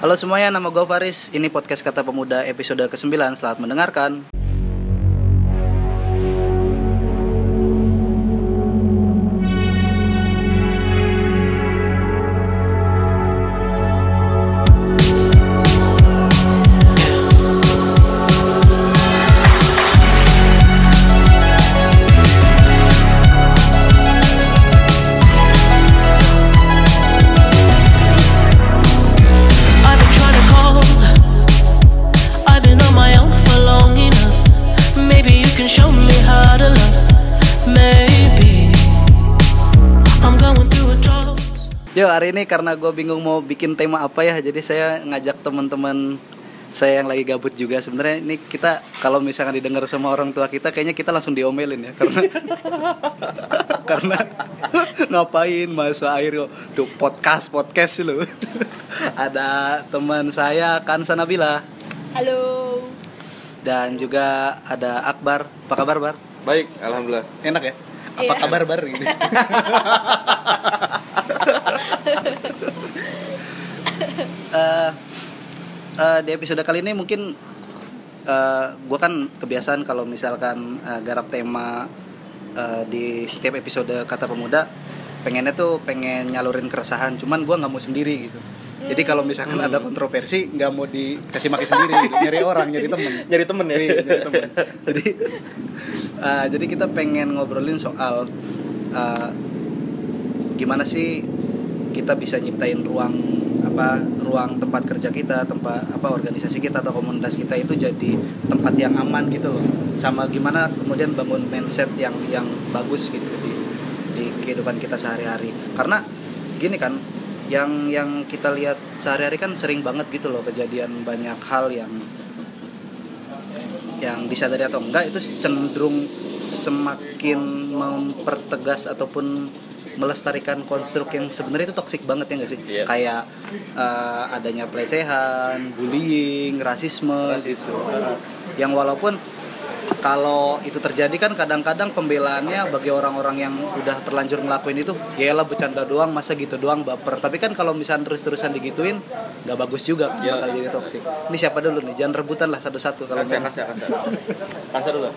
Halo semuanya, nama gue Faris. Ini podcast Kata Pemuda episode ke-9. Selamat mendengarkan. Yo, hari ini karena gue bingung mau bikin tema apa ya, jadi saya ngajak teman-teman saya yang lagi gabut juga. Sebenarnya ini kita kalau misalkan didengar sama orang tua kita, kayaknya kita langsung diomelin ya, karena ngapain masa air tuh podcast loh. Ada teman saya Kansa Nabila. Halo. Dan juga ada Akbar. Apa kabar, Bar? Baik, alhamdulillah. Enak ya? Apa kabar, Bar? Gitu. Di episode kali ini mungkin gue kan kebiasaan kalau misalkan garap tema di setiap episode Kata Pemuda, pengen nyalurin keresahan, cuman gue nggak mau sendiri gitu. Jadi kalau misalkan ada kontroversi, nggak mau dikasih maki sendiri gitu. nyari temen ya. Nyari temen. Jadi kita pengen ngobrolin soal gimana sih kita bisa nyiptain ruang tempat kerja kita, organisasi kita atau komunitas kita itu jadi tempat yang aman gitu loh. Sama gimana kemudian bangun mindset yang bagus gitu di kehidupan kita sehari-hari. Karena gini kan, yang kita lihat sehari-hari kan sering banget gitu loh kejadian banyak hal yang disadari atau enggak itu cenderung semakin mempertegas ataupun melestarikan konstruk yang sebenarnya itu toksik banget ya nggak sih? Yeah. Kayak adanya pelecehan, bullying, rasisme. Gitu. Yang walaupun kalau itu terjadi kan kadang-kadang pembelaannya bagi orang-orang yang udah terlanjur ngelakuin itu, yaelah bercanda doang, masa gitu doang baper. Tapi kan kalau misalnya terus-terusan digituin, nggak bagus juga kan, bakal jadi toksik. Ini siapa dulu nih? Jangan rebutan lah satu-satu kalau Kansa dulu.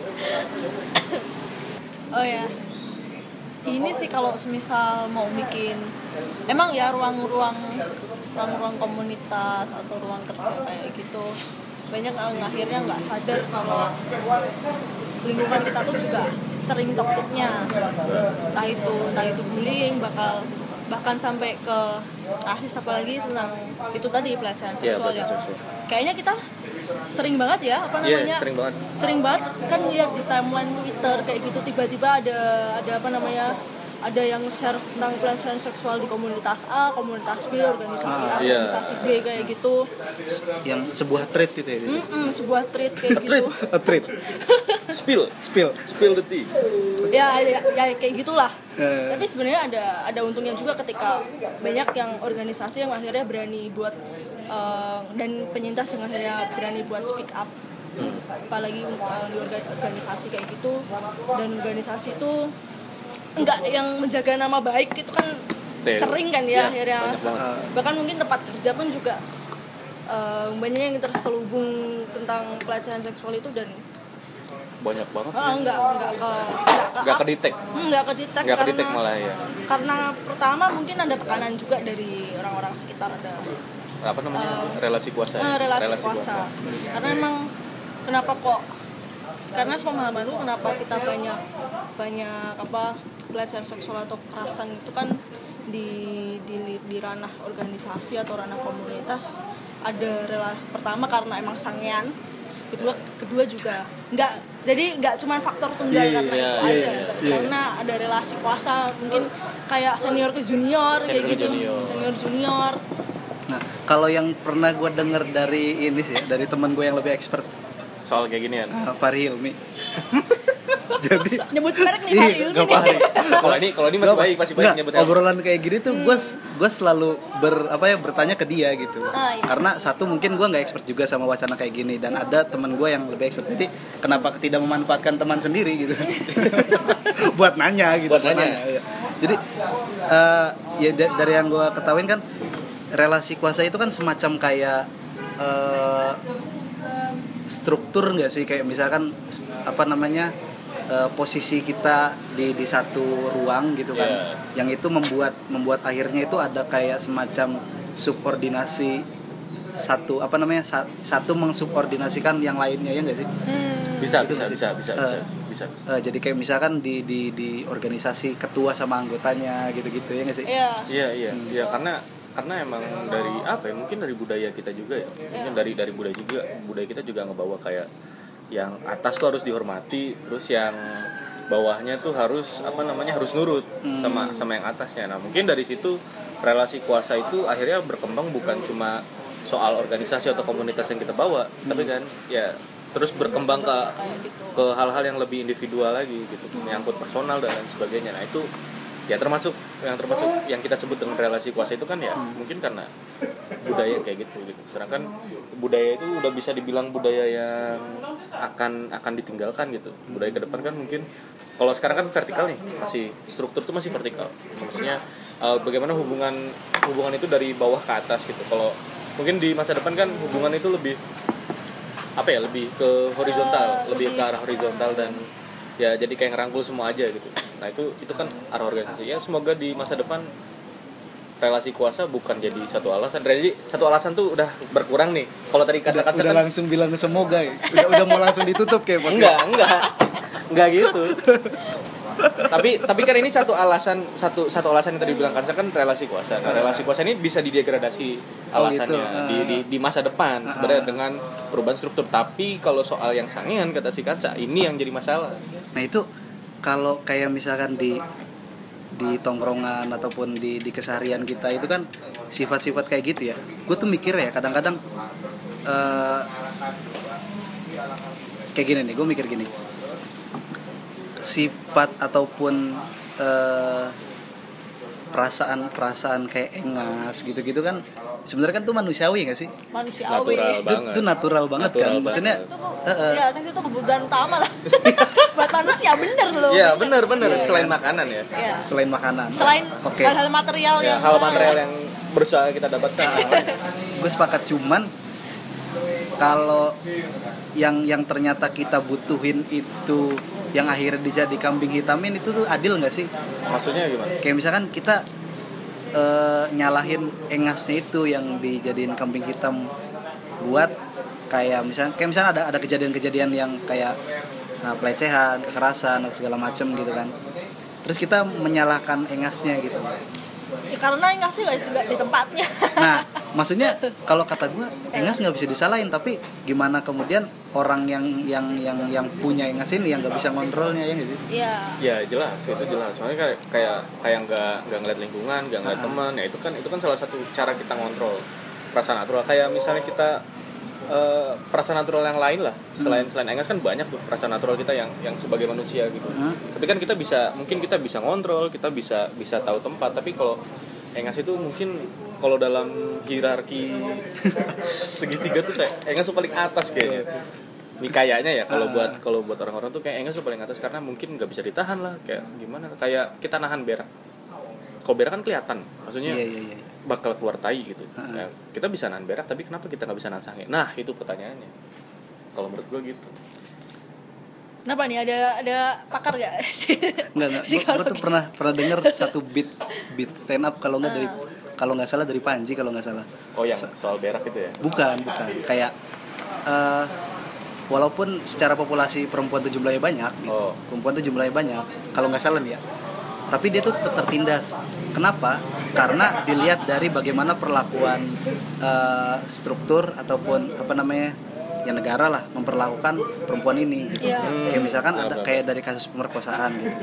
Oh ya. Ini sih kalau semisal mau bikin emang ya ruang-ruang komunitas atau ruang kerja kayak gitu, banyak yang akhirnya nggak sadar kalau lingkungan kita tuh juga sering toksiknya, entah itu bullying, bahkan sampai ke rasis, apalagi tentang itu tadi pelecehan seksual ya. Kayaknya kita sering banget ya sering banget kan lihat di timeline Twitter kayak gitu, tiba-tiba ada yang share tentang pelecehan seksual di komunitas A, komunitas B, organisasi A, organisasi B kayak gitu. Yang sebuah thread gitu ya. Sebuah thread kayak gitu. Thread. Spill the tea. Ya kayak gitulah. Tapi sebenarnya ada untungnya juga ketika banyak yang organisasi yang akhirnya berani buat dan penyintas yang akhirnya berani buat speak up. Apalagi di organisasi kayak gitu, dan organisasi itu enggak yang menjaga nama baik itu kan sering kan ya akhirnya. Bahkan mungkin tempat kerja pun juga banyak yang terselubung tentang pelecehan seksual itu, dan banyak banget. Enggak kedetek malah ya. Karena pertama mungkin ada tekanan juga dari orang-orang sekitar, ada relasi kuasa. Karena emang karena sepemahaman lu kenapa kita banyak pelecehan seksual atau kekerasan itu kan di ranah organisasi atau ranah komunitas, pertama karena emang sangean, kedua juga nggak cuma faktor tunggal karena itu aja. Karena ada relasi kuasa, mungkin kayak senior ke junior kayak gitu, senior junior. Nah, kalau yang pernah gue denger dari ini sih, dari teman gue yang lebih expert soal kayak ginian, Fahri Hilmi. Jadi nyebut merek nih Fahri Hilmi. Kalau ini masih baik nyebutnya. Obrolan kayak gini tuh gue selalu bertanya ke dia gitu. Iya. Karena satu mungkin gue nggak expert juga sama wacana kayak gini, dan ada teman gue yang lebih expert. Jadi kenapa tidak memanfaatkan teman sendiri gitu? buat nanya. Jadi dari yang gue ketahuin kan, relasi kuasa itu kan semacam kayak struktur nggak sih, kayak misalkan posisi kita di satu ruang gitu kan, yang itu membuat akhirnya itu ada kayak semacam subordinasi, satu mengsubordinasikan yang lainnya, ya nggak sih? Bisa. Jadi kayak misalkan di organisasi ketua sama anggotanya gitu ya nggak sih? Iya, karena emang dari mungkin dari budaya kita juga ya, mungkin dari budaya kita juga ngebawa kayak yang atas tuh harus dihormati, terus yang bawahnya tuh harus harus nurut sama yang atasnya. Nah mungkin dari situ relasi kuasa itu akhirnya berkembang bukan cuma soal organisasi atau komunitas yang kita bawa, tapi kan ya terus berkembang ke hal-hal yang lebih individual lagi gitu, menyangkut personal dan lain sebagainya. Nah itu ya termasuk yang kita sebut dengan relasi kuasa itu kan ya mungkin karena budaya kayak gitu. Sedangkan budaya itu udah bisa dibilang budaya yang akan ditinggalkan gitu. Budaya ke depan kan mungkin kalau sekarang kan vertikal nih, masih struktur tuh masih vertikal. Maksudnya bagaimana hubungan itu dari bawah ke atas gitu. Kalau mungkin di masa depan kan hubungan itu lebih lebih ke horizontal, lebih ke arah horizontal dan ya jadi kayak ngerangkul semua aja gitu. Nah itu kan arah organisasi. Ya semoga di masa depan relasi kuasa bukan jadi satu alasan. Jadi satu alasan tuh udah berkurang nih. Kalau tadi kata-kata udah langsung bilang semoga ya. Udah mau langsung ditutup kayak podcast. Enggak gitu. tapi kan ini satu alasan yang tadi bilang kan relasi kuasa. Nah, relasi kuasa ini bisa didegradasi alasannya di masa depan sebenarnya dengan perubahan struktur. Tapi kalau soal yang sangean kata si Kaca, ini yang jadi masalah. Nah itu kalau kayak misalkan di tongkrongan ataupun di keseharian kita itu kan sifat-sifat kayak gitu ya. Gue tuh mikir ya kadang-kadang kayak gini nih, gue mikir gini, sifat ataupun perasaan kayak engas gitu-gitu kan sebenarnya kan tuh manusiawi nggak sih? Manusiawi. Itu natural banget kan. Maksudnya seks itu kebutuhan utama lah. Buat manusia bener loh. Iya bener. Selain makanan ya. Selain makanan. Selain hal-hal material yang berusaha kita dapatkan. Gue sepakat, cuman kalau yang ternyata kita butuhin itu yang akhirnya dijadi kambing hitamin itu tuh adil nggak sih? Maksudnya gimana? Kayak misalkan kita nyalahin engasnya itu yang dijadiin kambing hitam buat kayak misalnya ada kejadian-kejadian yang kayak pelecehan, kekerasan, segala macem gitu kan. Terus kita menyalahkan engasnya gitu. Ya karena engasnya nggak di tempatnya. Nah, maksudnya kalau kata gue engas nggak bisa disalahin, tapi gimana kemudian orang yang punya engas ini yang nggak bisa ngontrolnya, ya nggak sih? Iya. Ya jelas, itu jelas. Soalnya kayak nggak ngeliat lingkungan, nggak ngeliat teman, ya itu kan salah satu cara kita ngontrol perasaan natural. Kayak misalnya kita perasaan natural yang lain lah, selain engas kan banyak tuh perasaan natural kita yang sebagai manusia gitu. Tapi kan kita bisa ngontrol, kita bisa tahu tempat. Tapi kalau engas itu mungkin kalau dalam hierarki segitiga tuh kayak engas tuh paling atas kayaknya. Ini kayaknya ya kalau buat orang-orang tuh kayak engas tuh paling atas karena mungkin nggak bisa ditahan lah, kayak gimana? Kayak kita nahan berak. Kalau berak kan kelihatan, maksudnya bakal keluar tai gitu. Ya, kita bisa nahan berak, tapi kenapa kita nggak bisa nahan sange? Nah itu pertanyaannya. Kalau menurut gue gitu. Kenapa nih, ada pakar gak sih? Enggak. Gue tuh pernah denger satu beat stand up kalau nggak salah dari Panji kalau nggak salah. Oh yang soal berak itu ya? Bukan. Kayak walaupun secara populasi perempuan tuh jumlahnya banyak, gitu. Perempuan tuh jumlahnya banyak kalau nggak salah nih ya. Tapi dia tuh tertindas. Kenapa? Karena dilihat dari bagaimana perlakuan struktur ataupun ya negara lah memperlakukan perempuan ini gitu. Kayak misalkan ada kayak dari kasus pemerkosaan gitu.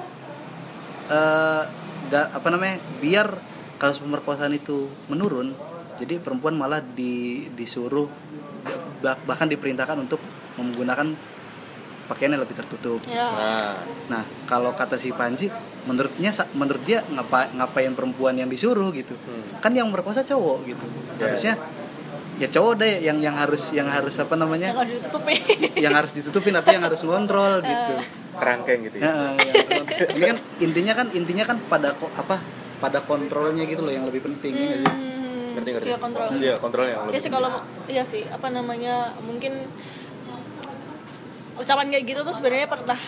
Biar kasus pemerkosaan itu menurun, jadi perempuan malah disuruh bahkan diperintahkan untuk menggunakan pakaian yang lebih tertutup. Nah, kalau kata si Panji, menurut dia ngapain perempuan yang disuruh gitu? Kan yang merkosa cowok gitu. Harusnya ya cowok deh yang harus yang harus ditutupin atau yang harus ngontrol gitu. Kerangkeng gitu ya. Ini kan intinya kan pada kontrolnya gitu loh yang lebih penting. ngerti. Iya, kontrol. Iya, kontrolnya yang Ya lebih sih kalau iya sih apa namanya mungkin ucapan kayak gitu tuh sebenarnya pernah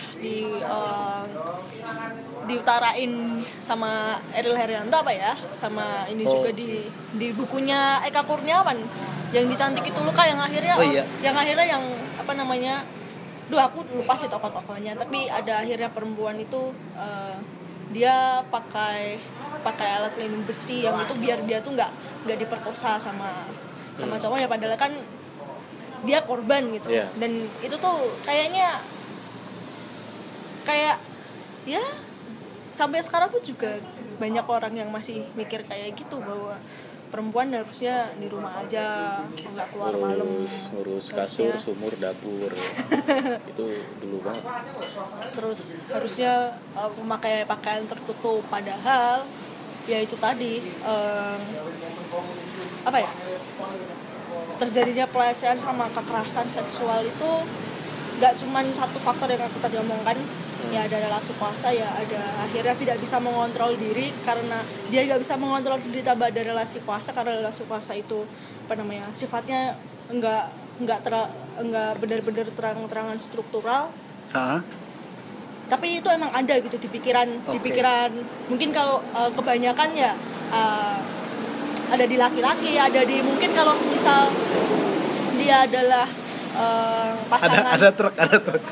diutarain sama Eril Heryanto apa ya, sama ini juga di bukunya Eka Kurniawan yang Dicantik Itu Luka yang akhirnya yang apa namanya, aku lupa sih tokoh-tokohnya, tapi ada akhirnya perempuan itu dia pakai alat pelindung besi yang itu biar dia tuh nggak diperkosa sama cowoknya, padahal kan dia korban gitu. Dan itu tuh kayak ya sampai sekarang pun juga banyak orang yang masih mikir kayak gitu, bahwa perempuan harusnya di rumah aja, nggak keluar malam, ngurus kasur, sumur, dapur. Itu dulu banget. Terus harusnya memakai pakaian tertutup, padahal ya itu tadi apa ya, terjadinya pelecehan sama kekerasan seksual itu nggak cuma satu faktor yang aku tadi omongkan. Ya ada relasi kuasa, ya ada akhirnya tidak bisa mengontrol diri karena dia nggak bisa mengontrol diri, tambah ada relasi kuasa karena relasi kuasa itu apa namanya, sifatnya enggak benar-benar terang-terangan struktural. Tapi itu emang ada gitu di pikiran mungkin kalau kebanyakan ya ada di laki-laki, ada di mungkin kalau misal dia adalah pasangan ada truk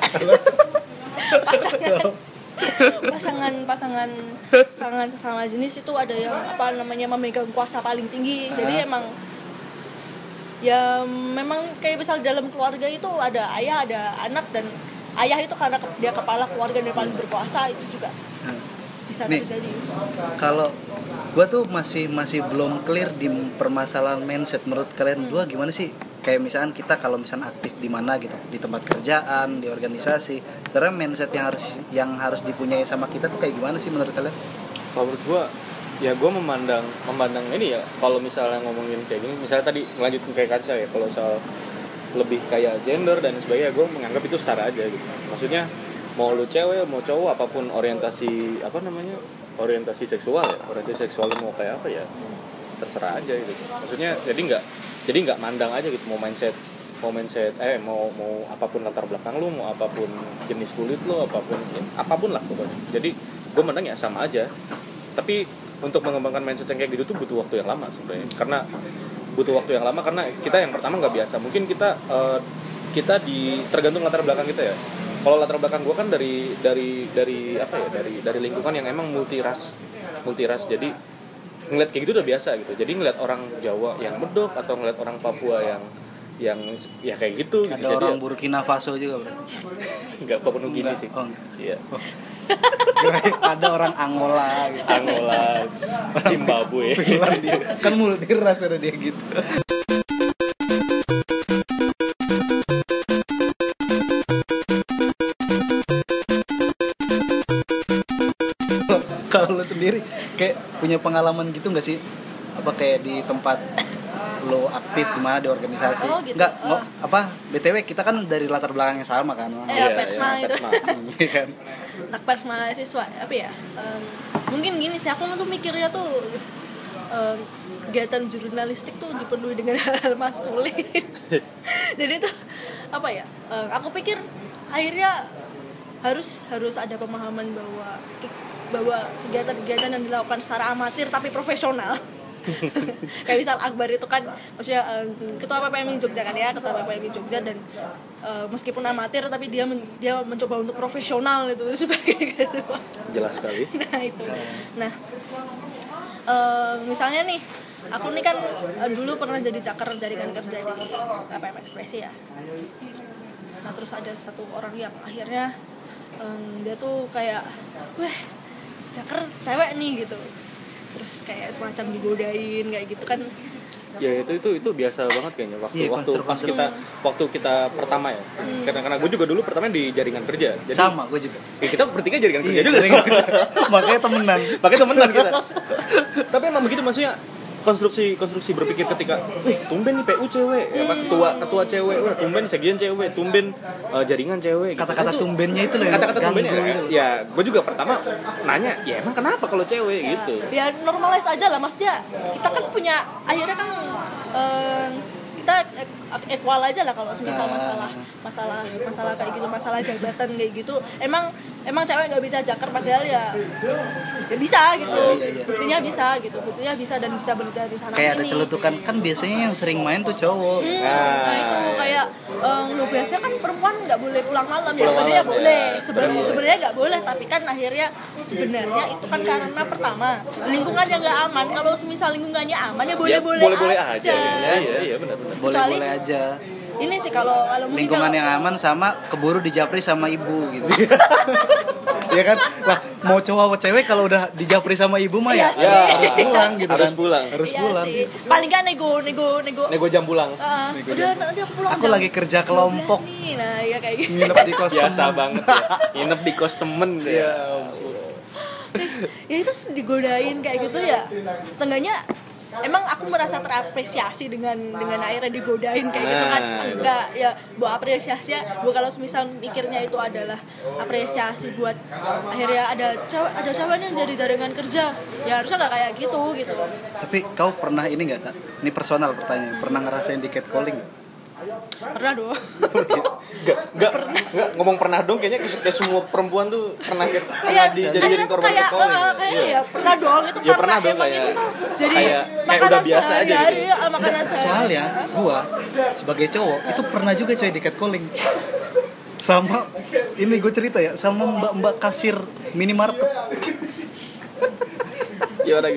pasangan sesama jenis itu ada yang apa namanya memegang kuasa paling tinggi. Jadi emang ya memang kayak misal dalam keluarga itu ada ayah, ada anak, dan ayah itu karena dia kepala keluarga dan paling berkuasa, itu juga bisa terjadi. Kalau gue tuh masih belum clear di permasalahan mindset. Menurut kalian dua gimana sih? Kayak misalkan kita kalau misalkan aktif di mana gitu, di tempat kerjaan, di organisasi, sebenarnya mindset yang harus dipunyai sama kita tuh kayak gimana sih menurut kalian? Kalau menurut gue, ya gue memandang ini ya, kalau misalnya ngomongin kayak gini, misalnya tadi ngelanjutin kayak Kaca ya, kalau soal lebih kayak gender dan sebagainya, gue menganggap itu setara aja gitu. Maksudnya mau lu cewek mau cowok, apapun orientasi seksual ya, orientasi seksual mau kayak apa ya terserah aja gitu. Maksudnya jadi nggak mandang aja gitu, mau mindset mau apapun latar belakang lu, mau apapun jenis kulit lu, apapun lah pokoknya. Jadi gue mandang ya sama aja. Tapi untuk mengembangkan mindset yang kayak gitu tuh butuh waktu yang lama sebenarnya, karena kita yang pertama nggak biasa. Mungkin kita tergantung latar belakang kita ya. Kalau latar belakang gue kan dari lingkungan yang emang multiras. Jadi ngeliat kayak gitu udah biasa gitu. Jadi ngeliat orang Jawa yang medok atau ngeliat orang Papua yang ya kayak gitu. Ada jadi orang Burkina Faso juga berarti. Enggak, Papua Nugini sih. Iya. Ada orang Angola gitu. Zimbabwe. Kan multiras ada dia gitu. Kalau lo sendiri kayak punya pengalaman gitu nggak sih, apa kayak di tempat lo aktif di mana, di organisasi? Oh, gitu. BTW kita kan dari latar belakang yang sama kan? Persma itu. Kan? Anak persma mahasiswa apa ya? Mungkin gini sih, aku tuh mikirnya tuh kegiatan jurnalistik tuh dipenuhi dengan hal maskulin. Jadi tuh apa ya? Aku pikir akhirnya harus ada pemahaman bahwa kegiatan-kegiatan yang dilakukan secara amatir tapi profesional. Kayak misal Akbar itu kan maksudnya ketua PPMI Jogja kan ya, ketua PPMI Jogja, dan meskipun amatir tapi dia mencoba untuk profesional itu sebagai gitu. Jelas sekali. Nah itu. Nah misalnya nih, aku nih kan dulu pernah jadi caker jaringan kerja di PPM Ekspresi ya. Nah terus ada satu orang yang akhirnya dia tuh kayak, caker cewek nih gitu, terus kayak semacam digodain kayak gitu kan. Ya itu biasa banget kayaknya waktu kita pertama ya. Karena gue juga dulu pertama di jaringan kerja. Jadi, sama gue juga. Ya kita bertiga jaringan kerja juga. Makanya temenan kita. Tapi emang begitu, maksudnya konstruksi berpikir ketika tumben nih PU cewek ya, ketua cewek, wah tumben sekjen cewek, tumben jaringan cewek gitu. Kata-kata tumbennya itu loh yang kata-kata tumbennya ganggu gitu. ya gue juga pertama nanya ya emang kenapa kalau cewek gitu Ya normalize aja lah, maksudnya kita kan punya akhirnya kan kita equal aja lah kalau misal masalah kayak gitu, masalah jabatan kayak gitu. Emang cewek nggak bisa jakar, padahal ya bisa gitu. Buktinya bisa dan bisa berjalan di sana Kayak sini. ada celutukan kan biasanya yang sering main tuh cowok. Nah itu kayak lo biasanya kan perempuan nggak boleh pulang malam ya, Pulang sebenarnya malam, boleh ya. sebenarnya nggak boleh, tapi kan akhirnya sebenarnya itu kan karena pertama lingkungan yang nggak aman. Kalau semisal lingkungannya aman ya boleh aja. Iya benar. Boleh-boleh aja. Ini sih kalau mungkin Lingkungan yang aman sama keburu dijapri sama ibu gitu. Ya kan? Lah mau cowok atau cewek kalau udah dijapri sama ibu mah ya, Iya sih. harus pulang gitu Harus kan. pulang. Harus iya pulang. sih. Paling kan nego Nego jam pulang. udah pulang Aku lagi kerja 12 kelompok. nih. Nah ya kayak gitu. Nginep di kos Biasa temen. banget ya. Nginep di kos temen deh. Ya. Ya itu digodain kayak gitu ya, seenggaknya emang aku merasa terapresiasi dengan akhirnya digodain kayak gitu kan. Enggak ya, buat apresiasi ya, buat kalau misal mikirnya itu adalah apresiasi buat akhirnya ada cewek yang jadi jaringan kerja, ya harusnya nggak kayak gitu. Tapi kau pernah ini nggak, Sa? Ini personal pertanyaan. Pernah ngerasain di catcalling nggak? Pernah dong. Enggak ngomong pernah dong, kayaknya kayak semua perempuan tuh pernah Iya, dijadiin korban catcalling. kayaknya ya pernah dong itu, Ya, karena pernah dong, emang kayak- itu tuh jadi kayak makanan udah biasa aja sehari-hari, gitu. makanan sehari. Soalnya gua sebagai cowok itu pernah juga coy di catcalling. Sama ini gue cerita ya, sama mbak-mbak kasir minimarket. Gimana?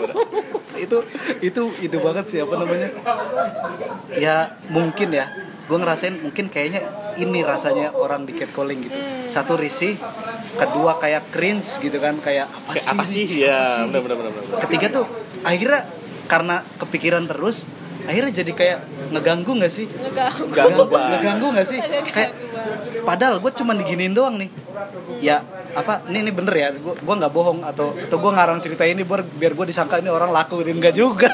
itu banget sih, apa namanya, ya mungkin ya gue ngerasain, mungkin kayaknya ini rasanya orang di catcalling gitu. Satu risih, kedua kayak cringe gitu kan, kayak Apa sih? Ya, benar. ketiga tuh akhirnya karena kepikiran terus, akhirnya jadi kayak ngeganggu nggak sih? Ngeganggu nggak sih? Kayak padahal gue cuma diginiin doang nih. Ya apa? Ini bener ya? Gue nggak bohong atau gue ngarang cerita ini biar gue disangka ini orang laku, enggak juga.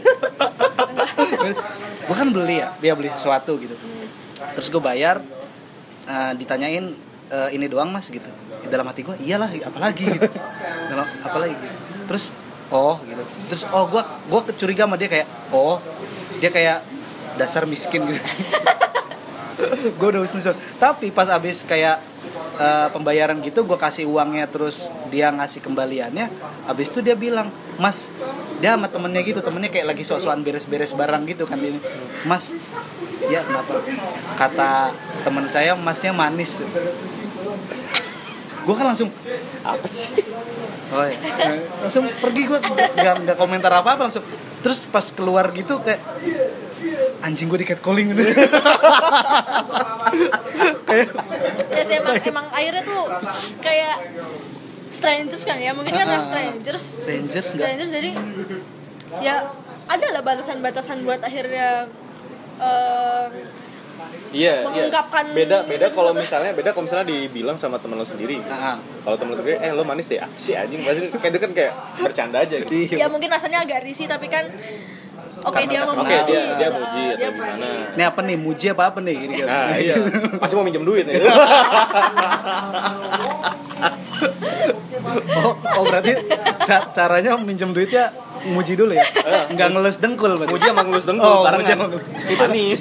Gue kan beli ya, dia beli sesuatu gitu. Terus gue bayar, ditanyain ini doang mas gitu. Dalam hati gue, iyalah, apalagi gitu. Apalagi gitu. Terus gitu. Terus gue curiga sama dia kayak dia kayak dasar miskin gitu. Gue udah husnuzon. Tapi pas abis kayak pembayaran gitu, gue kasih uangnya, terus dia ngasih kembaliannya. Abis itu dia bilang, mas, dia sama temennya gitu, temennya kayak lagi sok-sokan beres-beres barang gitu kan ini. Mas, ya kenapa? Kata temen saya masnya manis. Gue kan langsung, Apa sih? oh ya. Langsung pergi gue, nggak komentar apa-apa langsung. Terus pas keluar gitu kayak anjing, gue di catcalling gitu. Kayak Ya sih, emang akhirnya tuh kayak strangers kan ya, mungkin kan strangers jadi ya ada lah batasan-batasan buat akhirnya Iya. mengungkapkan. Beda kalau misalnya dibilang sama temen lo sendiri. Kalau temen lo sendiri, lo manis deh, si anjing, pasti kayak itu kan kayak bercanda aja gitu. Ya mungkin rasanya agak risih, tapi kan dia Karena- memuji. dia muji atau gimana. ini apa nih, muji apa nih gitu. Nah iya, pasti mau minjem duit nih. Berarti caranya minjem duitnya muji dulu ya, nggak ngelus dengkul berarti. Muji sama ngelus dengkul barengan. muji Itu manis.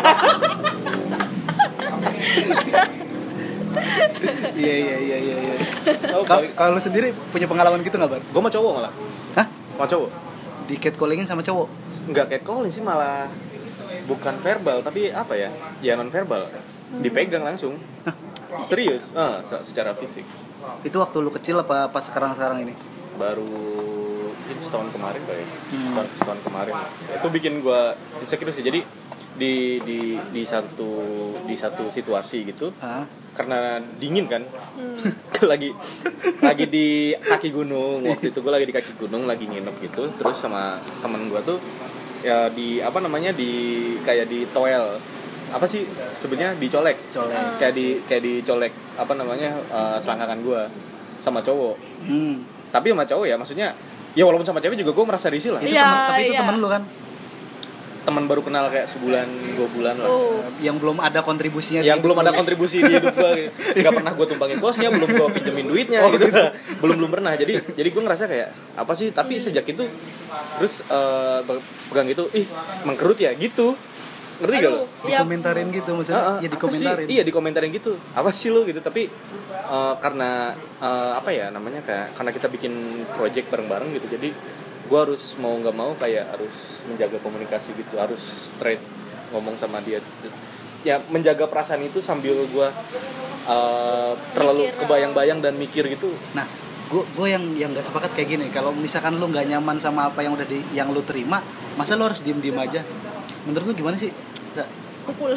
Iya. Kalau lu sendiri punya pengalaman gitu nggak, Bar? Gue sama cowok malah. Hah? Sama cowok? Di catcallingin sama cowok? Enggak catcalling sih, malah bukan verbal tapi apa ya? Ya non verbal. Dipegang langsung. Serius? Secara fisik. Itu waktu lu kecil apa pas sekarang ini? Baru mungkin setahun kemarin kali. Setahun kemarin. Itu bikin gue insecure sih. Jadi di satu situasi gitu. Karena dingin kan. lagi di kaki gunung. Waktu itu gue lagi di kaki gunung, lagi nginep gitu. Terus sama temen gue tuh ya kayak di toel. Apa sih sebenarnya, dicolek. Kayak dicolek selangkangan gue sama cowok. Tapi sama cowok ya, maksudnya Ya walaupun sama cewek juga gue merasa risih lah. Itu Iya, tapi itu iya. temen lu kan Teman baru kenal kayak sebulan 2 bulan lah. yang belum ada kontribusinya Yang di belum hidup ada lu. kontribusi di hidup gue gitu. Gak pernah gue tumpangin kosnya, belum gue pinjemin duitnya gitu. belum pernah. Jadi gue ngerasa kayak apa sih, tapi sejak itu terus pegang gitu, ih mengkerut ya gitu. Ngerti gak lo? Dikomentarin gitu maksudnya. Ya dikomentarin. Iya dikomentarin gitu. Apa sih lo gitu, tapi karena apa ya namanya, kayak karena kita bikin project bareng-bareng gitu. Jadi gue harus mau nggak mau kayak harus menjaga komunikasi gitu, harus straight ngomong sama dia ya, menjaga perasaan itu sambil gue terlalu kebayang-bayang dan mikir gitu. Nah, gue yang nggak sepakat kayak gini. Kalau misalkan lu nggak nyaman sama apa yang udah yang lu terima, masa lu harus diem aja? Menurut lu gimana sih? Pukul.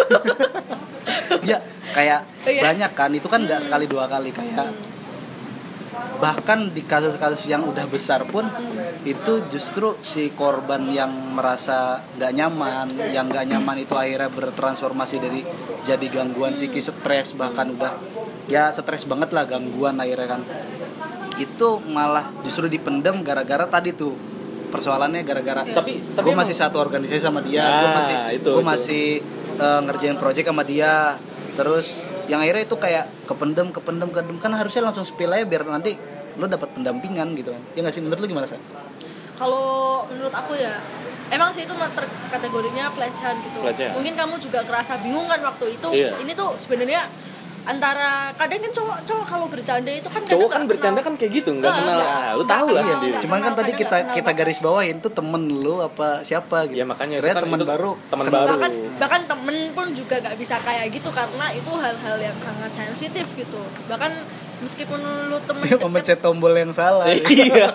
Ya kayak Iya. banyak kan, itu kan nggak sekali 2 kali, kayak bahkan di kasus-kasus yang udah besar pun itu justru si korban yang merasa nggak nyaman, yang nggak nyaman itu akhirnya bertransformasi dari jadi gangguan psikis, stres, bahkan udah ya stres banget lah, gangguan akhirnya kan, itu malah justru dipendam gara-gara tadi tuh persoalannya, gara-gara Tapi gue masih satu organisasi sama dia, gue masih ngerjain project sama dia, terus yang akhirnya itu kayak kependem kan harusnya langsung spill aja biar nanti lo dapat pendampingan gitu kan. Ya nggak sih, menurut lo gimana sih? Kalau menurut aku ya emang sih itu kategorinya pelecehan gitu. Pelecehan. Mungkin kamu juga kerasa bingung kan waktu itu. Iya. Ini tuh sebenarnya antara kadang kan cowok kalau bercanda itu kan Cowok kan bercanda kan kayak gitu, nggak kenal. Lu tahu lah Iya, sendiri. cuman kan tadi kita garis bawahin tuh temen lu apa siapa gitu. Ya makanya Ternyata itu kan temen itu baru. teman baru. bahkan temen pun juga nggak bisa kayak gitu karena itu hal-hal yang sangat sensitif gitu. Bahkan meskipun lu temen deket, Memencet tombol yang salah. Iya.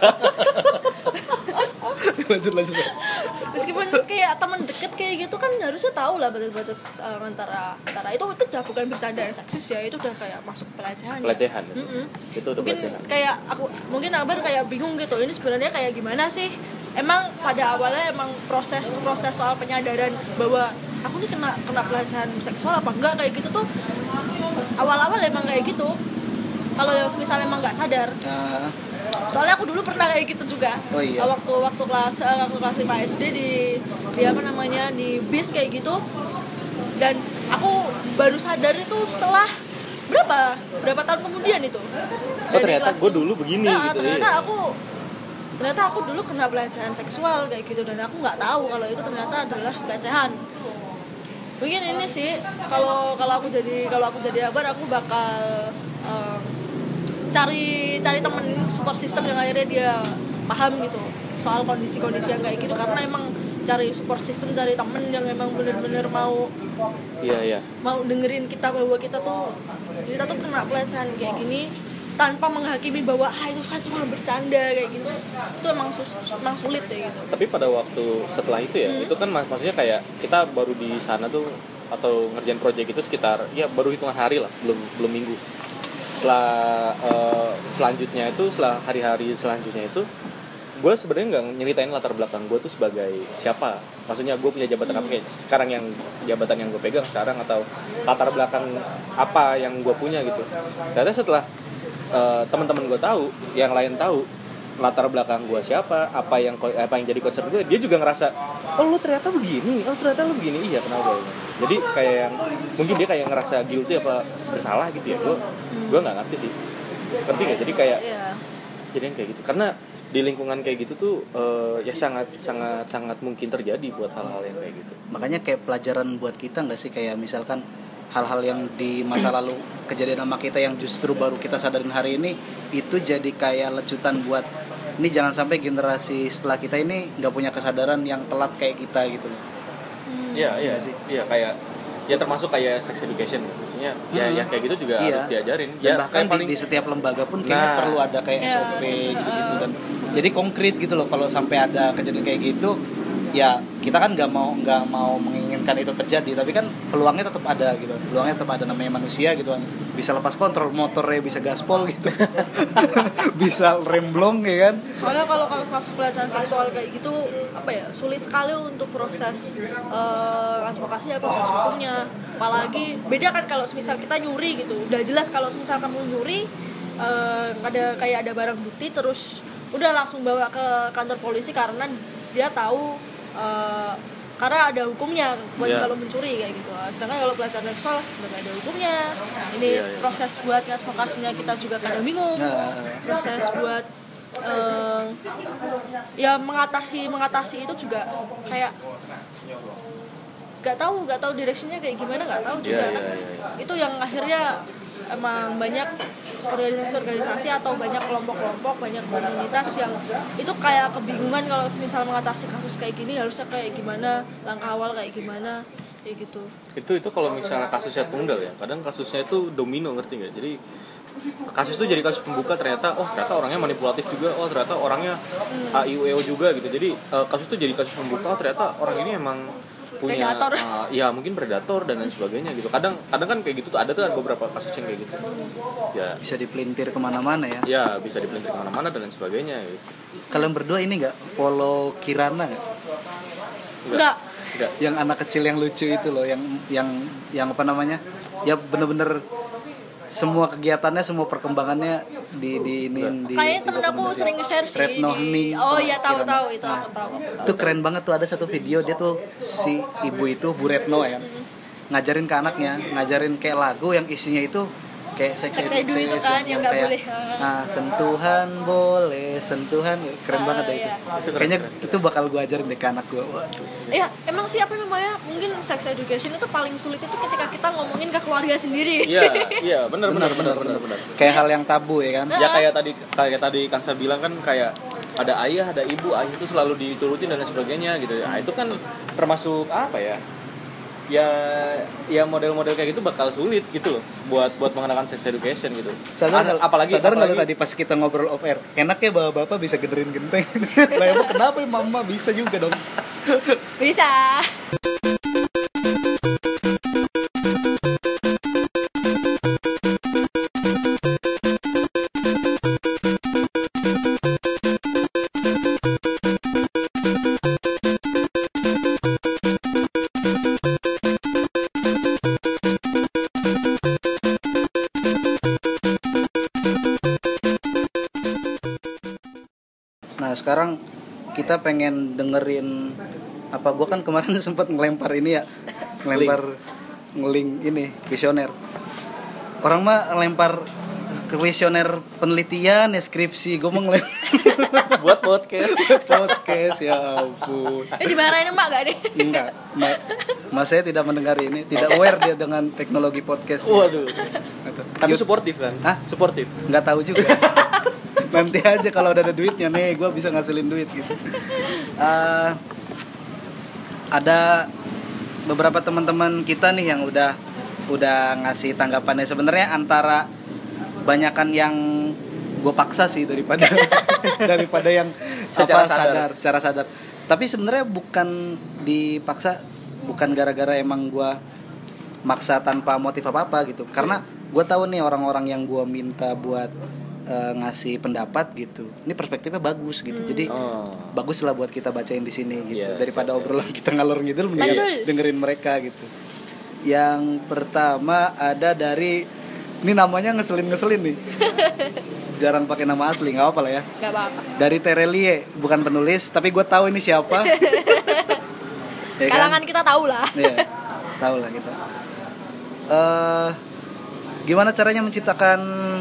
lanjut. meskipun kayak teman deket kayak gitu kan harusnya tahu lah batas-batas antara itu udah bukan bercanda seksis ya, itu udah kayak masuk pelecehan. Pelecehan. Ya. Itu udah Mungkin pelecehan. kayak mungkin Akbar kayak bingung gitu, ini sebenarnya kayak gimana sih? Emang pada awalnya emang proses soal penyadaran bahwa aku nih kena pelecehan seksual apa enggak kayak gitu tuh awal-awal emang kayak gitu. Kalau yang misalnya emang nggak sadar. Soalnya aku dulu pernah kayak gitu juga. Oh iya. Waktu kelas 5 SD di apa namanya di bis kayak gitu. Dan aku baru sadar itu setelah berapa tahun kemudian itu. Oh ternyata gue dulu begini gitu. Ternyata aku dulu kena pelecehan seksual kayak gitu, dan aku nggak tahu kalau itu ternyata adalah pelecehan. Mungkin ini sih kalau aku jadi Akbar, aku bakal cari temen support system yang akhirnya dia paham gitu soal kondisi-kondisi yang kayak gitu, karena emang cari support system dari temen yang emang bener-bener mau mau dengerin kita bahwa kita tuh kena pelecehan kayak gini tanpa menghakimi bahwa itu kan cuma bercanda kayak gitu, itu emang sulit ya gitu. Tapi pada waktu setelah itu ya, itu kan maksudnya kayak kita baru di sana tuh atau ngerjain project itu sekitar ya baru hitungan hari lah, belum minggu. Setelah selanjutnya itu, setelah hari-hari selanjutnya itu, gue sebenarnya nggak nyeritain latar belakang gue tuh sebagai siapa. Maksudnya gue punya jabatan apa kayak sekarang, yang jabatan yang gue pegang sekarang, atau latar belakang apa yang gue punya gitu. Ternyata setelah teman-teman gue tahu, yang lain tahu latar belakang gue siapa, apa yang jadi concern gue, dia juga ngerasa, oh lu ternyata begini, iya kenapa? Jadi kayak yang mungkin dia kayak ngerasa guilty apa bersalah gitu ya, gue nggak ngerti sih, ngerti nggak? Jadi kayak jadi yang kayak gitu, karena di lingkungan kayak gitu tuh ya sangat mungkin terjadi buat hal-hal yang kayak gitu. Makanya kayak pelajaran buat kita nggak sih, kayak misalkan hal-hal yang di masa lalu kejadian sama kita yang justru baru kita sadarin hari ini, itu jadi kayak lecutan buat ini jangan sampai generasi setelah kita ini nggak punya kesadaran yang telat kayak kita gitu loh. Iya sih. Iya kayak ya termasuk kayak sex education maksudnya ya yang kayak gitu juga harus diajarin. Dan ya bahkan paling di setiap lembaga pun kayaknya perlu ada kayak SOP gitu kan. Jadi konkret gitu loh, kalau sampai ada kejadian kayak gitu ya kita kan nggak mau menginginkan itu terjadi, tapi kan peluangnya tetap ada gitu, namanya manusia gitu kan, bisa lepas kontrol motornya, bisa gaspol gitu bisa remblong ya kan. Soalnya kalau kasus pelecehan seksual kayak gitu sulit sekali untuk proses advokasi ya, proses hukumnya. Apalagi beda kan kalau misal kita nyuri gitu, udah jelas kalau misal kamu nyuri ada barang bukti terus udah langsung bawa ke kantor polisi karena dia tahu karena ada hukumnya buat kalau mencuri kayak gitu. Karena kalau pelecehan seksual nggak ada hukumnya. Ini proses buat advokasinya kita juga kadang bingung. Proses buat ya mengatasi itu juga kayak nggak tahu direksinya kayak gimana, nggak tahu juga. Itu yang akhirnya emang banyak organisasi atau banyak kelompok-kelompok, banyak komunitas yang itu kayak kebingungan kalau misal mengatasi kasus kayak gini harusnya kayak gimana, langkah awal kayak gimana, kayak gitu. Itu kalau misalnya kasusnya tunggal ya, kadang kasusnya itu domino, ngerti nggak? Jadi kasus itu jadi kasus pembuka, ternyata orangnya manipulatif juga, ternyata orangnya AIUEO juga gitu. Jadi kasus itu jadi kasus pembuka, ternyata orang ini emang punya predator. Ya mungkin predator dan lain sebagainya gitu. Kadang kan kayak gitu tuh ada beberapa kasus yang kayak gitu. Ya bisa dipelintir kemana-mana ya. Ya bisa dipelintir kemana-mana dan lain sebagainya gitu. Kalian berdua ini nggak follow Kirana nggak? Enggak. Yang anak kecil yang lucu itu loh, yang apa namanya? Ya bener-bener semua kegiatannya, semua perkembangannya di kayaknya temen aku sering nge-share sih Retno Hening. Oh iya tahu itu aku tahu. Itu keren banget tuh, ada satu video dia tuh si ibu itu Bu Retno ya. Ngajarin ke anaknya, ngajarin kayak lagu yang isinya itu kayak Sex Edu itu kan yang nggak boleh. Sentuhan boleh, sentuhan keren banget deh itu. Kayaknya itu bakal gue ajarin deh ke anak gue. Iya, emang sih apa namanya? Mungkin sex education itu paling sulit itu ketika kita ngomongin ke keluarga sendiri. Iya, benar. Kayak hal yang tabu ya kan? Ya kayak tadi Kansa bilang kan, kayak ada ayah, ada ibu, ayah itu selalu diturutin dan lain sebagainya gitu. Nah, itu kan termasuk apa ya? Ya model-model kayak gitu bakal sulit gitu loh buat mengenakan sex education gitu. Sadar nggak lo tadi pas kita ngobrol off air, enaknya bapak bisa gederin genteng. Lah emang kenapa ya mama bisa juga dong? Bisa. Sekarang kita pengen dengerin apa, gue kan kemarin sempat ngelempar ini ya, ngeling ini kuesioner. Orang mah ngelempar ke kuesioner penelitian ya, skripsi, gue mau buat podcast ya ampun. Dimarahin emak gak nih? Enggak, mas saya tidak mendengar ini, tidak aware dia dengan teknologi podcast. Waduh. Tapi suportif kan? Suportif. Nggak tahu juga. Nanti aja kalau udah ada duitnya nih, gue bisa ngasilin duit gitu. Ada beberapa teman-teman kita nih yang udah ngasih tanggapannya. Sebenarnya antara banyakan yang gue paksa sih daripada yang secara sadar. Tapi sebenarnya bukan dipaksa, bukan gara-gara emang gue maksa tanpa motif apa-apa gitu. Karena gue tahu nih orang-orang yang gue minta buat ngasih pendapat gitu, ini perspektifnya bagus gitu, jadi bagus lah buat kita bacain di sini gitu, daripada obrolan kita ngalor ngidul, mending dengerin mereka gitu. Yang pertama ada dari, ini namanya ngeselin nih, jarang pakai nama asli, nggak apa lah ya. Nggak apa-apa. Dari Terelie, bukan penulis, tapi gue tahu ini siapa. Ya kalangan kan? Kita tahu lah. Iya, tahu lah kita. Gimana caranya menciptakan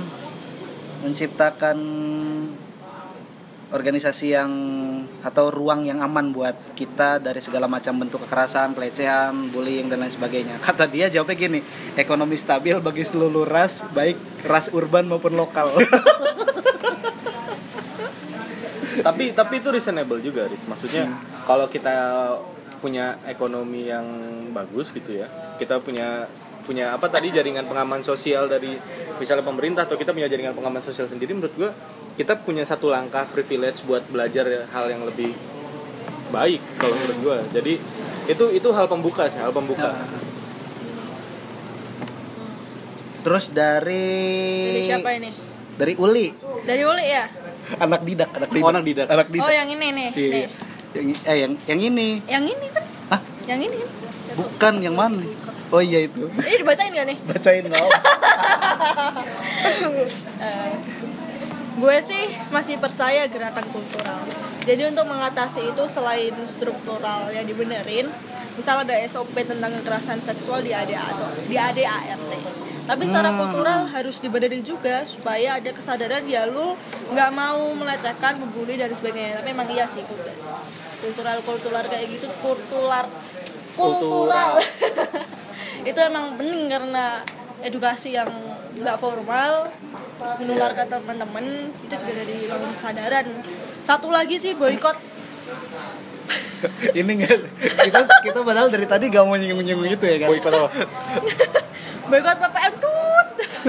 organisasi yang atau ruang yang aman buat kita dari segala macam bentuk kekerasan, pelecehan, bullying dan lain sebagainya. Kata dia jawabnya gini, ekonomi stabil bagi seluruh ras, baik ras urban maupun lokal. tapi itu reasonable juga, Riz. Maksudnya kalau kita punya ekonomi yang bagus gitu ya, kita punya apa tadi, jaringan pengaman sosial dari misalnya pemerintah, atau kita punya jaringan pengaman sosial sendiri, menurut gue kita punya satu langkah privilege buat belajar hal yang lebih baik kalau menurut gue. Jadi itu hal pembuka sih, Terus dari siapa ini? Dari Uli ya? anak didak. Oh yang ini nih. Iya. Yang ini. Yang ini kan? Hah? Yang ini kan? Bukan, yang mana? Oh iya itu. Ini dibacain gak nih? Bacain nggak? Gue sih masih percaya gerakan kultural. Jadi untuk mengatasi itu selain struktural yang dibenerin, misal ada SOP tentang kekerasan seksual di ADA atau di ADART. Tapi secara kultural harus dibenerin juga supaya ada kesadaran ya lu nggak mau melecehkan, membuli dan sebagainya. Tapi emang iya sih kultural kayak gitu kultural itu emang penting karena edukasi yang nggak formal menular ke teman-teman itu juga dari bangun kesadaran. Satu lagi sih boykot. Ini nggak kita padahal dari tadi gak mau nyinggung itu ya kan. Boykot apa? Boykot PPM tut.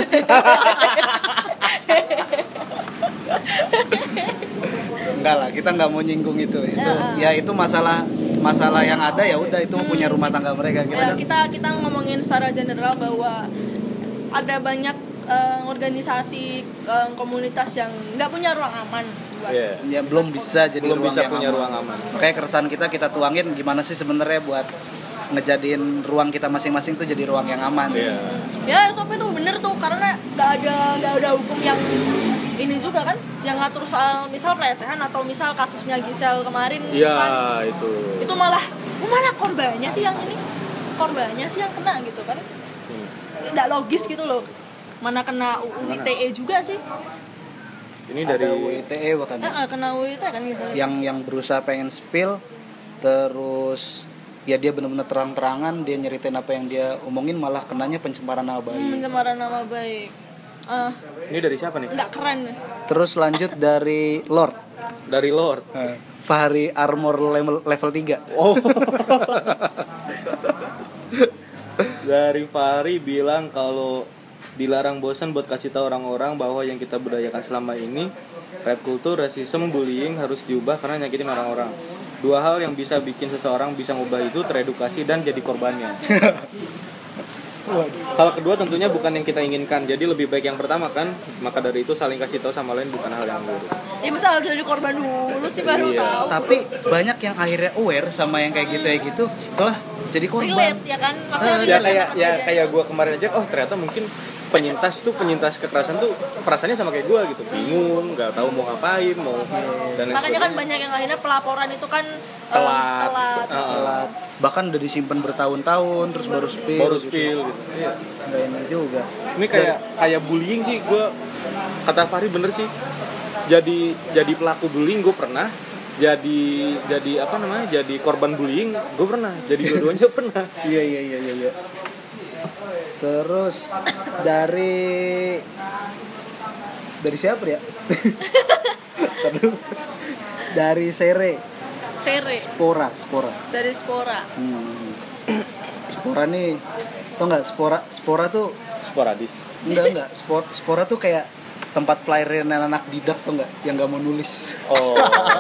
Enggak lah, kita nggak mau nyinggung itu. Ya itu masalah yang ada ya udah itu punya rumah tangga mereka. Kita ngomongin secara general bahwa ada banyak organisasi komunitas yang nggak punya ruang aman buat ya belum bisa jadi belum bisa punya aman. Ruang aman. Makanya keresahan kita tuangin gimana sih sebenarnya buat ngejadiin ruang kita masing-masing tuh jadi ruang yang aman. Ya SOP itu bener tuh karena nggak ada hukum yang ini juga kan yang ngatur soal misal pelecehan atau misal kasusnya Gisel kemarin kan itu malah korbannya sih yang kena gitu kan. Tidak logis gitu loh. Mana kena UU ITE juga sih. Ini dari UU ITE bahkan. Kena UU ITE kan misalnya. Yang berusaha pengen spill terus ya dia benar-benar terang-terangan dia nyeritain apa yang dia omongin malah kenanya pencemaran nama baik. Pencemaran nama baik. Ini dari siapa nih? Enggak keren. Terus lanjut dari Lord. Dari Lord. Fahri Armor level 3. Oh. Dari Fahri bilang kalau dilarang bosan buat kasih tahu orang-orang bahwa yang kita budayakan selama ini rap culture, rasisme, bullying harus diubah karena nyakitin orang-orang. Dua hal yang bisa bikin seseorang bisa ngubah itu teredukasi dan jadi korbannya. Hal kedua tentunya bukan yang kita inginkan. Jadi lebih baik yang pertama kan. Maka dari itu saling kasih tahu sama lain bukan hal yang buruk. Ya misal udah jadi korban dulu sih baru tahu. Tapi banyak yang akhirnya aware sama yang kayak gitu setelah jadi korban. Relate ya kan. Maksudnya kayak gue kemarin aja ternyata mungkin penyintas kekerasan tuh perasaannya sama kayak gue gitu, bingung, nggak tahu mau ngapain, dan makanya kan banyak yang akhirnya pelaporan itu kan telat. Bahkan udah disimpan bertahun-tahun terus baru spill gitu. Iya. Nggak ini juga. Ini kayak bullying sih, gue kata Fahri bener sih. Jadi pelaku bullying gue pernah. Jadi korban bullying gue pernah. Jadi dua-duanya pernah. Iya. Terus dari siapa ya? Dari Sere. Spora. Dari Spora. Spora nih, tau nggak? Spora tuh sporadis. Enggak. Spora tuh kayak tempat pelarian anak didak tuh nggak? Yang nggak mau nulis. Oh.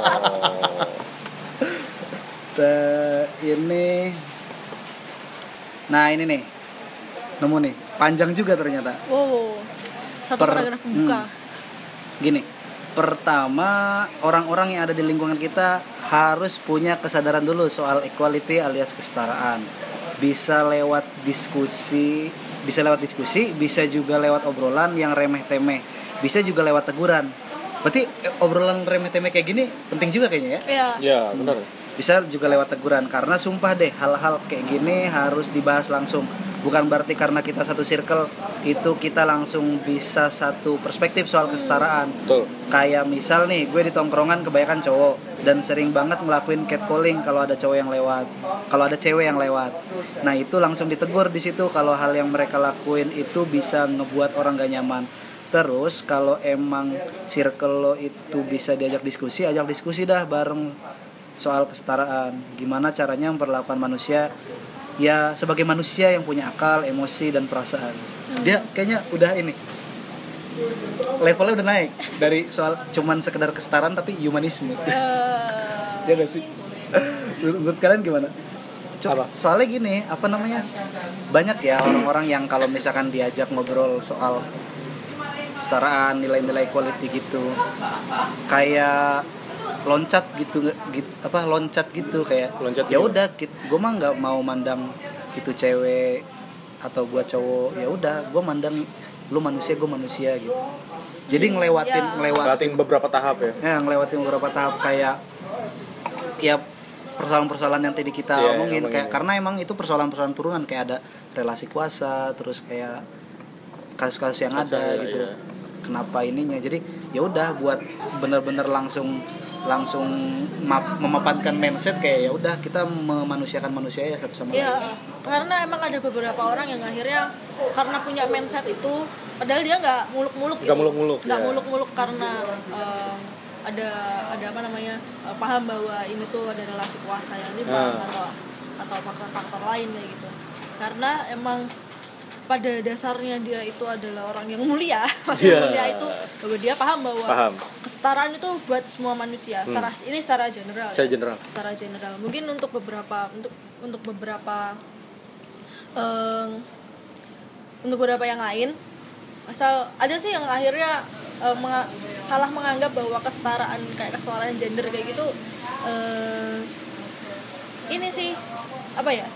Ini nih. Nemu nih, panjang juga ternyata. Wow. Satu paragraf pembuka. Gini. Pertama, orang-orang yang ada di lingkungan kita harus punya kesadaran dulu soal equality alias kesetaraan. Bisa lewat diskusi, bisa juga lewat obrolan yang remeh-temeh. Bisa juga lewat teguran. Berarti obrolan remeh-temeh kayak gini penting juga kayaknya ya? Iya, benar. Bisa juga lewat teguran karena sumpah deh hal-hal kayak gini harus dibahas langsung. Bukan berarti karena kita satu circle itu kita langsung bisa satu perspektif soal kesetaraan. Betul. Kayak misal nih, gue di tongkrongan kebanyakan cowok dan sering banget ngelakuin catcalling kalau ada cowok yang lewat, kalau ada cewek yang lewat. Nah itu langsung ditegur di situ kalau hal yang mereka lakuin itu bisa ngebuat orang gak nyaman. Terus kalau emang circle lo itu bisa diajak diskusi, ajak diskusi dah bareng soal kesetaraan. Gimana caranya memperlakukan manusia ya sebagai manusia yang punya akal, emosi dan perasaan. Dia kayaknya udah ini levelnya udah naik dari soal cuman sekedar kesetaraan tapi humanisme. Ya gak sih? Menurut kalian gimana? Soalnya gini, banyak ya orang-orang yang kalau misalkan diajak ngobrol soal kesetaraan, nilai-nilai equality gitu, kayak loncat gitu kayak ya udah gue mah nggak mau mandang itu cewek atau gue cowok, ya udah gue mandang lu manusia gue manusia gitu. Jadi ngelewatin beberapa tahap ya. Ya, ngelewatin beberapa tahap kayak ya persoalan-persoalan yang tadi kita omongin kayak karena emang itu persoalan-persoalan turunan kayak ada relasi kuasa, terus kayak kasus-kasus yang ada gitu. Iya. Kenapa ininya? Jadi ya udah buat bener-bener langsung memapankan mindset kayak ya udah kita memanusiakan manusia ya satu sama lain. Iya, karena emang ada beberapa orang yang akhirnya karena punya mindset itu padahal dia nggak muluk-muluk gitu. Nggak muluk-muluk karena ada apa namanya paham bahwa ini tuh ada relasi kuasa yang timbang atau faktor-faktor lain kayak gitu. Karena emang pada dasarnya dia itu adalah orang yang mulia, mulia itu bahwa dia paham bahwa kesetaraan itu buat semua manusia. Secara general. Secara general. Mungkin untuk beberapa yang lain, asal ada sih yang akhirnya salah menganggap bahwa kesetaraan gender kayak gitu ini sih apa ya?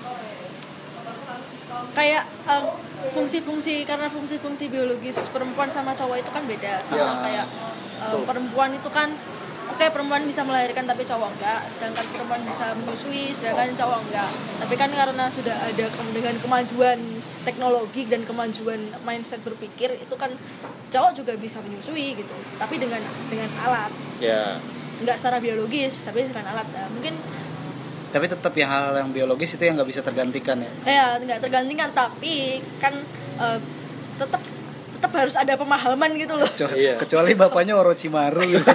Kayak fungsi-fungsi biologis perempuan sama cowok itu kan beda. Kayak perempuan itu kan perempuan bisa melahirkan tapi cowok enggak, sedangkan perempuan bisa menyusui sedangkan cowok enggak. Tapi kan karena sudah ada dengan kemajuan teknologi dan kemajuan mindset berpikir itu kan cowok juga bisa menyusui gitu, tapi dengan alat. Enggak secara biologis tapi dengan alat. Mungkin tapi tetap yang hal yang biologis itu yang nggak bisa tergantikan ya. Ya nggak tergantikan, tapi kan tetap harus ada pemahaman gitu loh. Kecuali bapaknya Orochimaru gitu.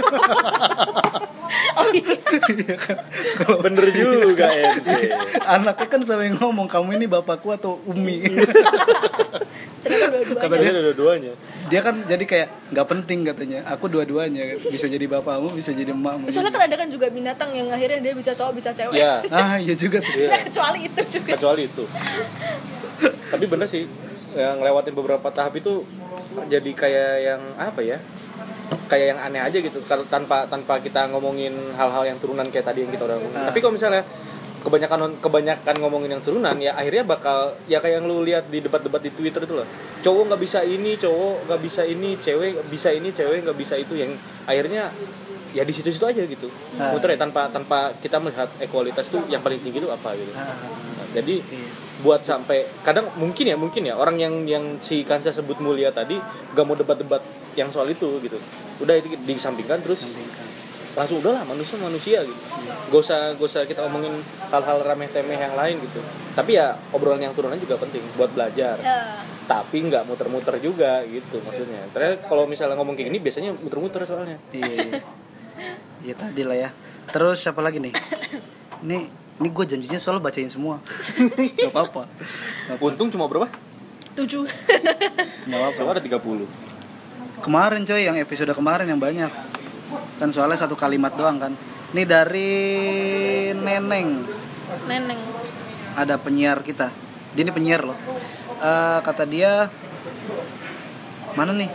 Iya kan. Bener juga ya. Anaknya kan sampai ngomong kamu ini bapakku atau Umi. Ternyata dua-duanya. Dia kan jadi kayak nggak penting katanya. Aku dua-duanya bisa jadi bapakmu, bisa jadi emakmu. Soalnya kan ada kan juga binatang yang akhirnya dia bisa cowok bisa cewek. Iya. Iya juga tuh. Nah, kecuali itu. Tapi bener sih, yang ngelewatin beberapa tahap itu jadi kayak yang apa ya? Kayak yang aneh aja gitu, tanpa kita ngomongin hal-hal yang turunan kayak tadi yang kita udah ngomongin. Tapi kalau misalnya kebanyakan ngomongin yang turunan ya akhirnya bakal ya kayak yang lu lihat di debat-debat di Twitter itu loh. Cowok nggak bisa ini, cowok nggak bisa ini, cewek bisa ini, cewek nggak bisa itu, yang akhirnya ya di situ-situ aja gitu. Muter ya tanpa kita melihat ekualitas tuh yang paling tinggi itu apa gitu. Jadi buat sampai kadang mungkin ya orang yang si Kansa sebut mulia tadi gak mau debat-debat yang soal itu gitu. Udah itu disampingkan terus langsung udahlah manusia gitu. Gak usah kita omongin hal-hal remeh-temeh yang lain gitu. Tapi ya obrolan yang turunan juga penting buat belajar. Tapi nggak muter-muter juga gitu maksudnya. Ternyata kalau misalnya ngomong kayak gini biasanya muter-muter soalnya. Iya tadi lah ya. Terus siapa lagi nih? Ini gue janjinya soal bacain semua. Gak apa-apa. Untung cuma berapa? 7. Gak apa-apa. Cuma ada 30. Kemarin coy, yang episode kemarin yang banyak. Kan soalnya satu kalimat doang kan. Ini dari Neneng. Ada penyiar kita. Dia ini penyiar loh. Kata dia, mana nih?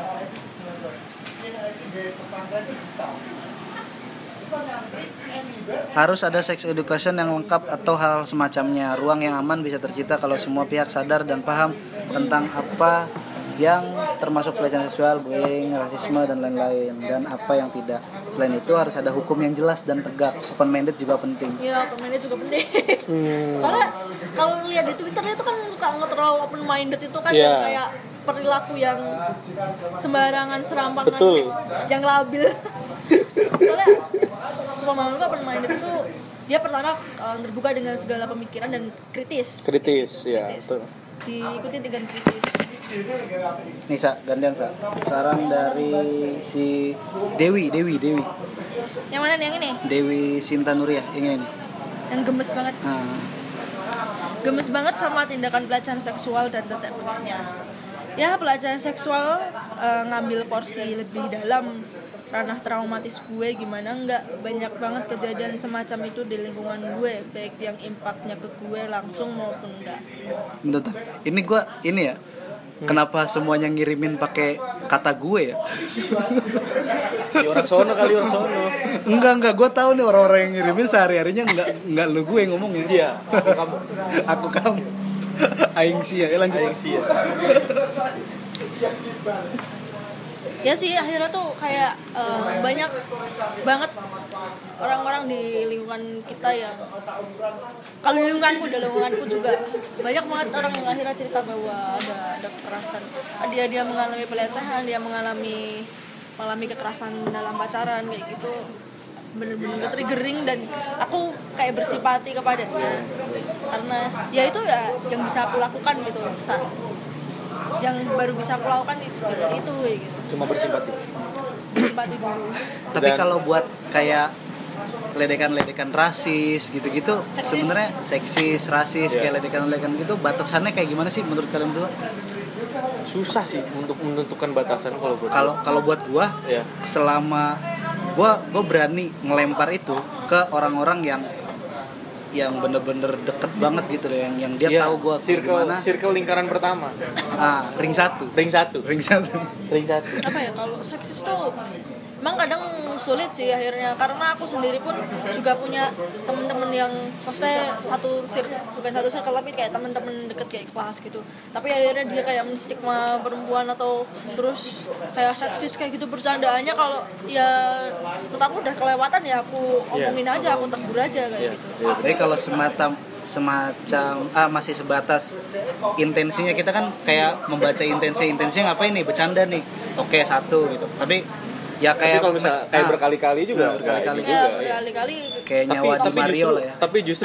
Harus ada sex education yang lengkap atau hal semacamnya. Ruang yang aman bisa tercipta kalau semua pihak sadar dan paham tentang apa yang termasuk pelecehan seksual, bullying, rasisme dan lain-lain, dan apa yang tidak. Selain itu harus ada hukum yang jelas dan tegak. Open minded juga penting. Iya, open minded juga penting. Soalnya kalau lihat di Twitter itu kan suka terlalu open minded itu kan yang kayak perilaku yang sembarangan, serampangan, yang labil. Soalnya semua open minded itu dia pertama terbuka dengan segala pemikiran dan kritis. Diikuti dengan kritis. Nih Sa, gantian Sa. Sekarang dari si Dewi. Yang mana nih, yang ini? Dewi Sinta Nuriyah, yang ini. Yang gemes banget. Gemes banget sama tindakan pelecehan seksual dan tetek bengeknya. Ya, pelecehan seksual ngambil porsi lebih dalam ranah traumatis gue, gimana enggak, banyak banget kejadian semacam itu di lingkungan gue, baik yang impactnya ke gue langsung maupun enggak. Bentar, ini ya kenapa semuanya ngirimin pakai kata gue ya? Orang sono. Enggak, gue tahu nih orang-orang yang ngirimin sehari-harinya enggak lu gue yang ngomongnya. Iya, aku kamu. Aing sia, lanjut. Aing sia. ya sih akhirnya tuh kayak banyak banget orang-orang di lingkungan kita yang, kalau di lingkunganku juga banyak banget orang yang akhirnya cerita bahwa ada kekerasan, dia mengalami pelecehan, dia mengalami kekerasan dalam pacaran kayak gitu, bener-bener triggering, dan aku kayak bersimpati kepadanya karena ya itu ya yang bisa aku lakukan gitu, yang baru bisa aku lakukan itu gitu. Cuma bersimpati dulu. Tapi kalau buat kayak ledekan rasis gitu-gitu, sebenarnya seksis, rasis, kayak ledekan gitu, batasannya kayak gimana sih menurut kalian berdua? Susah sih untuk menentukan batasan kalau buat gua, selama gua berani ngelempar itu ke orang-orang yang bener-bener deket banget gitu loh, yang dia tahu gua gimana. Circle lingkaran pertama. Ring satu. Apa ya, kalau seksis tuh emang kadang sulit sih akhirnya, karena aku sendiri pun juga punya temen-temen yang maksudnya bukan satu circle tapi kayak temen-temen deket kayak kelas gitu, tapi akhirnya dia kayak menstigma perempuan atau terus kayak seksis kayak gitu bercandaannya. Kalau ya menurut aku udah kelewatan ya aku omongin aja, aku tegur aja kayak gitu. Tapi kalau semacam masih sebatas intensinya, kita kan kayak membaca intensinya ngapain nih, bercanda nih, oke, satu gitu. Tapi ya kayak kalau misalnya kayak berkali-kali juga kayak nyawa di Mario lah ya.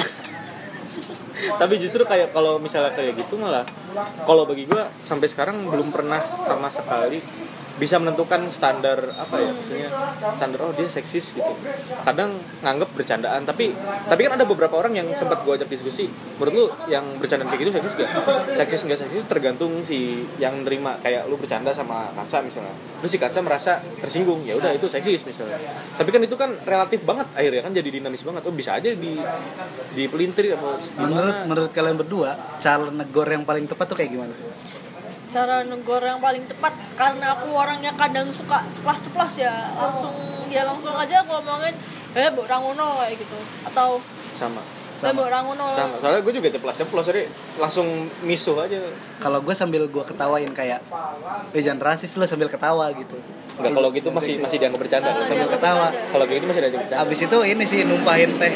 Tapi justru kayak kalau misalnya kayak gitu, malah kalau bagi gue sampai sekarang belum pernah sama sekali bisa menentukan standar apa ya, maksudnya standar dia seksis gitu. Kadang nganggep bercandaan, tapi kan ada beberapa orang yang sempat gue ajak diskusi, menurut lu yang bercandaan kayak gitu seksis gak? Seksis nggak seksis tergantung si yang nerima. Kayak lu bercanda sama Kansa misalnya, terus si Kansa merasa tersinggung, ya udah itu seksis misalnya. Tapi kan itu kan relatif banget, akhirnya kan jadi dinamis banget. Bisa aja dipelintir atau menurut kalian berdua, cara negor yang paling tepat tuh kayak gimana? Cara negor yang paling tepat, karena aku orangnya kadang suka ceplas ya, langsung aja aku ngomongin mbok rangono kayak gitu, atau sama mbok rangono. Sama, soalnya gue juga ceplos jadi langsung misuh aja. Kalau gue sambil gue ketawain kayak jangan rasis lo, sambil ketawa gitu. Enggak, kalau gitu masih dianggap bercanda sambil ketawa. Kalau kayak gitu masih dianggap bercanda. Abis itu ini sih numpahin teh.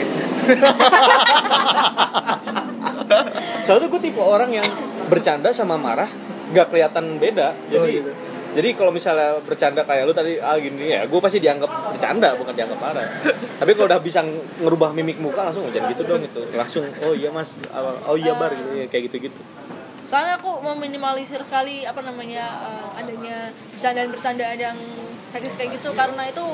Soalnya gue tipe orang yang bercanda sama marah nggak kelihatan beda, jadi kalau misalnya bercanda kayak lu tadi gini ya, gue pasti dianggap bercanda, bukan dianggap marah. Tapi kalau udah bisa ngerubah mimik muka, langsung jangan gitu dong, itu langsung oh iya mas, oh iya bar gitu, kayak gitu. Soalnya aku meminimalisir sekali adanya bercandaan yang teknis kayak gitu, karena itu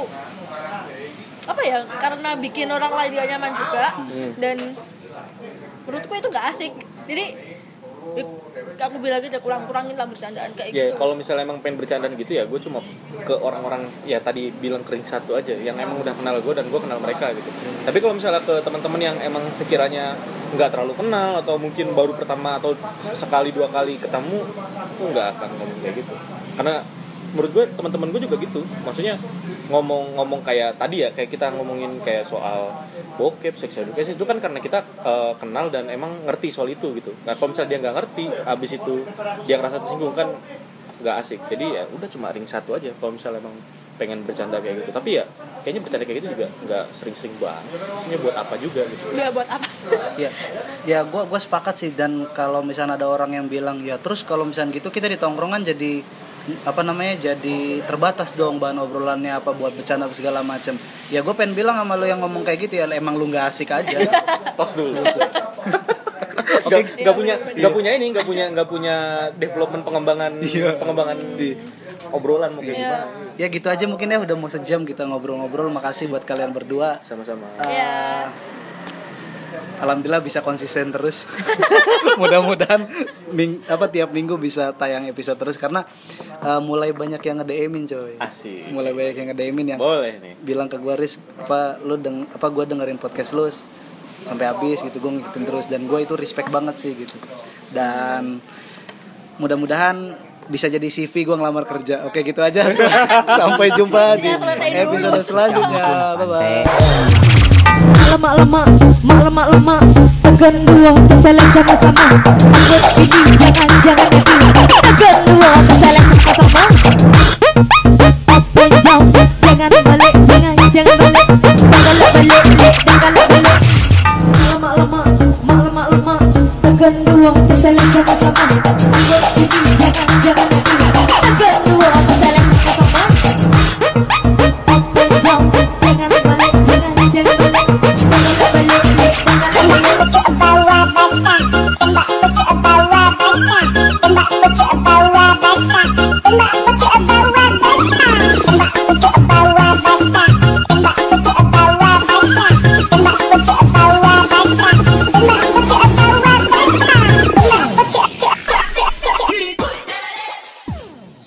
karena bikin orang lain gak nyaman juga, dan menurutku itu gak asik. Jadi aku bilang gitu, kurangin lah bercandaan kayak gitu. Kalau misalnya emang pengen bercandaan gitu ya, gue cuma ke orang-orang ya tadi bilang kering satu aja, yang emang udah kenal gue dan gue kenal mereka gitu. Tapi kalau misalnya ke teman-teman yang emang sekiranya nggak terlalu kenal atau mungkin baru pertama atau sekali dua kali ketemu, gue nggak akan ngomong kayak gitu. Karena menurut gue teman-teman gue juga gitu, maksudnya ngomong kayak tadi ya, kayak kita ngomongin kayak soal bokep, sex education, itu kan karena kita kenal dan emang ngerti soal itu gitu. Nah kalau misalnya dia nggak ngerti, abis itu dia ngerasa tersinggung, kan nggak asik. Jadi ya udah cuma ring satu aja kalau misalnya emang pengen bercanda kayak gitu. Tapi ya kayaknya bercanda kayak gitu juga nggak sering-sering banget. Maksudnya buat apa juga gitu. Ya buat apa? ya gue sepakat sih. Dan kalau misalnya ada orang yang bilang ya terus kalau misalnya gitu kita di tongkrongan jadi jadi terbatas dong bahan obrolannya, apa buat bercanda segala macam. Ya gue pengen bilang sama lo yang ngomong kayak gitu, ya emang lu nggak asik aja. Tos dulu. Nggak punya development pengembangan obrolan mungkin gimana. Ya gitu aja mungkin ya, udah mau sejam kita ngobrol-ngobrol. Makasih buat kalian berdua. Sama-sama. Alhamdulillah bisa konsisten terus. Mudah-mudahan tiap minggu bisa tayang episode terus, karena mulai banyak yang nge-DM-in coy. Asik. Mulai banyak yang nge-DM-in yang boleh nih. Bilang ke gue, Riz, gue dengerin podcast lu sampai habis gitu, gue ngikutin terus, dan gue itu respect banget sih gitu. Dan mudah-mudahan bisa jadi CV gue ngelamar kerja. Oke gitu aja. Sampai jumpa di episode selanjutnya. Bye-bye. Lemak, tegan dua, kesalahan sama-sama. Anggap ini jangan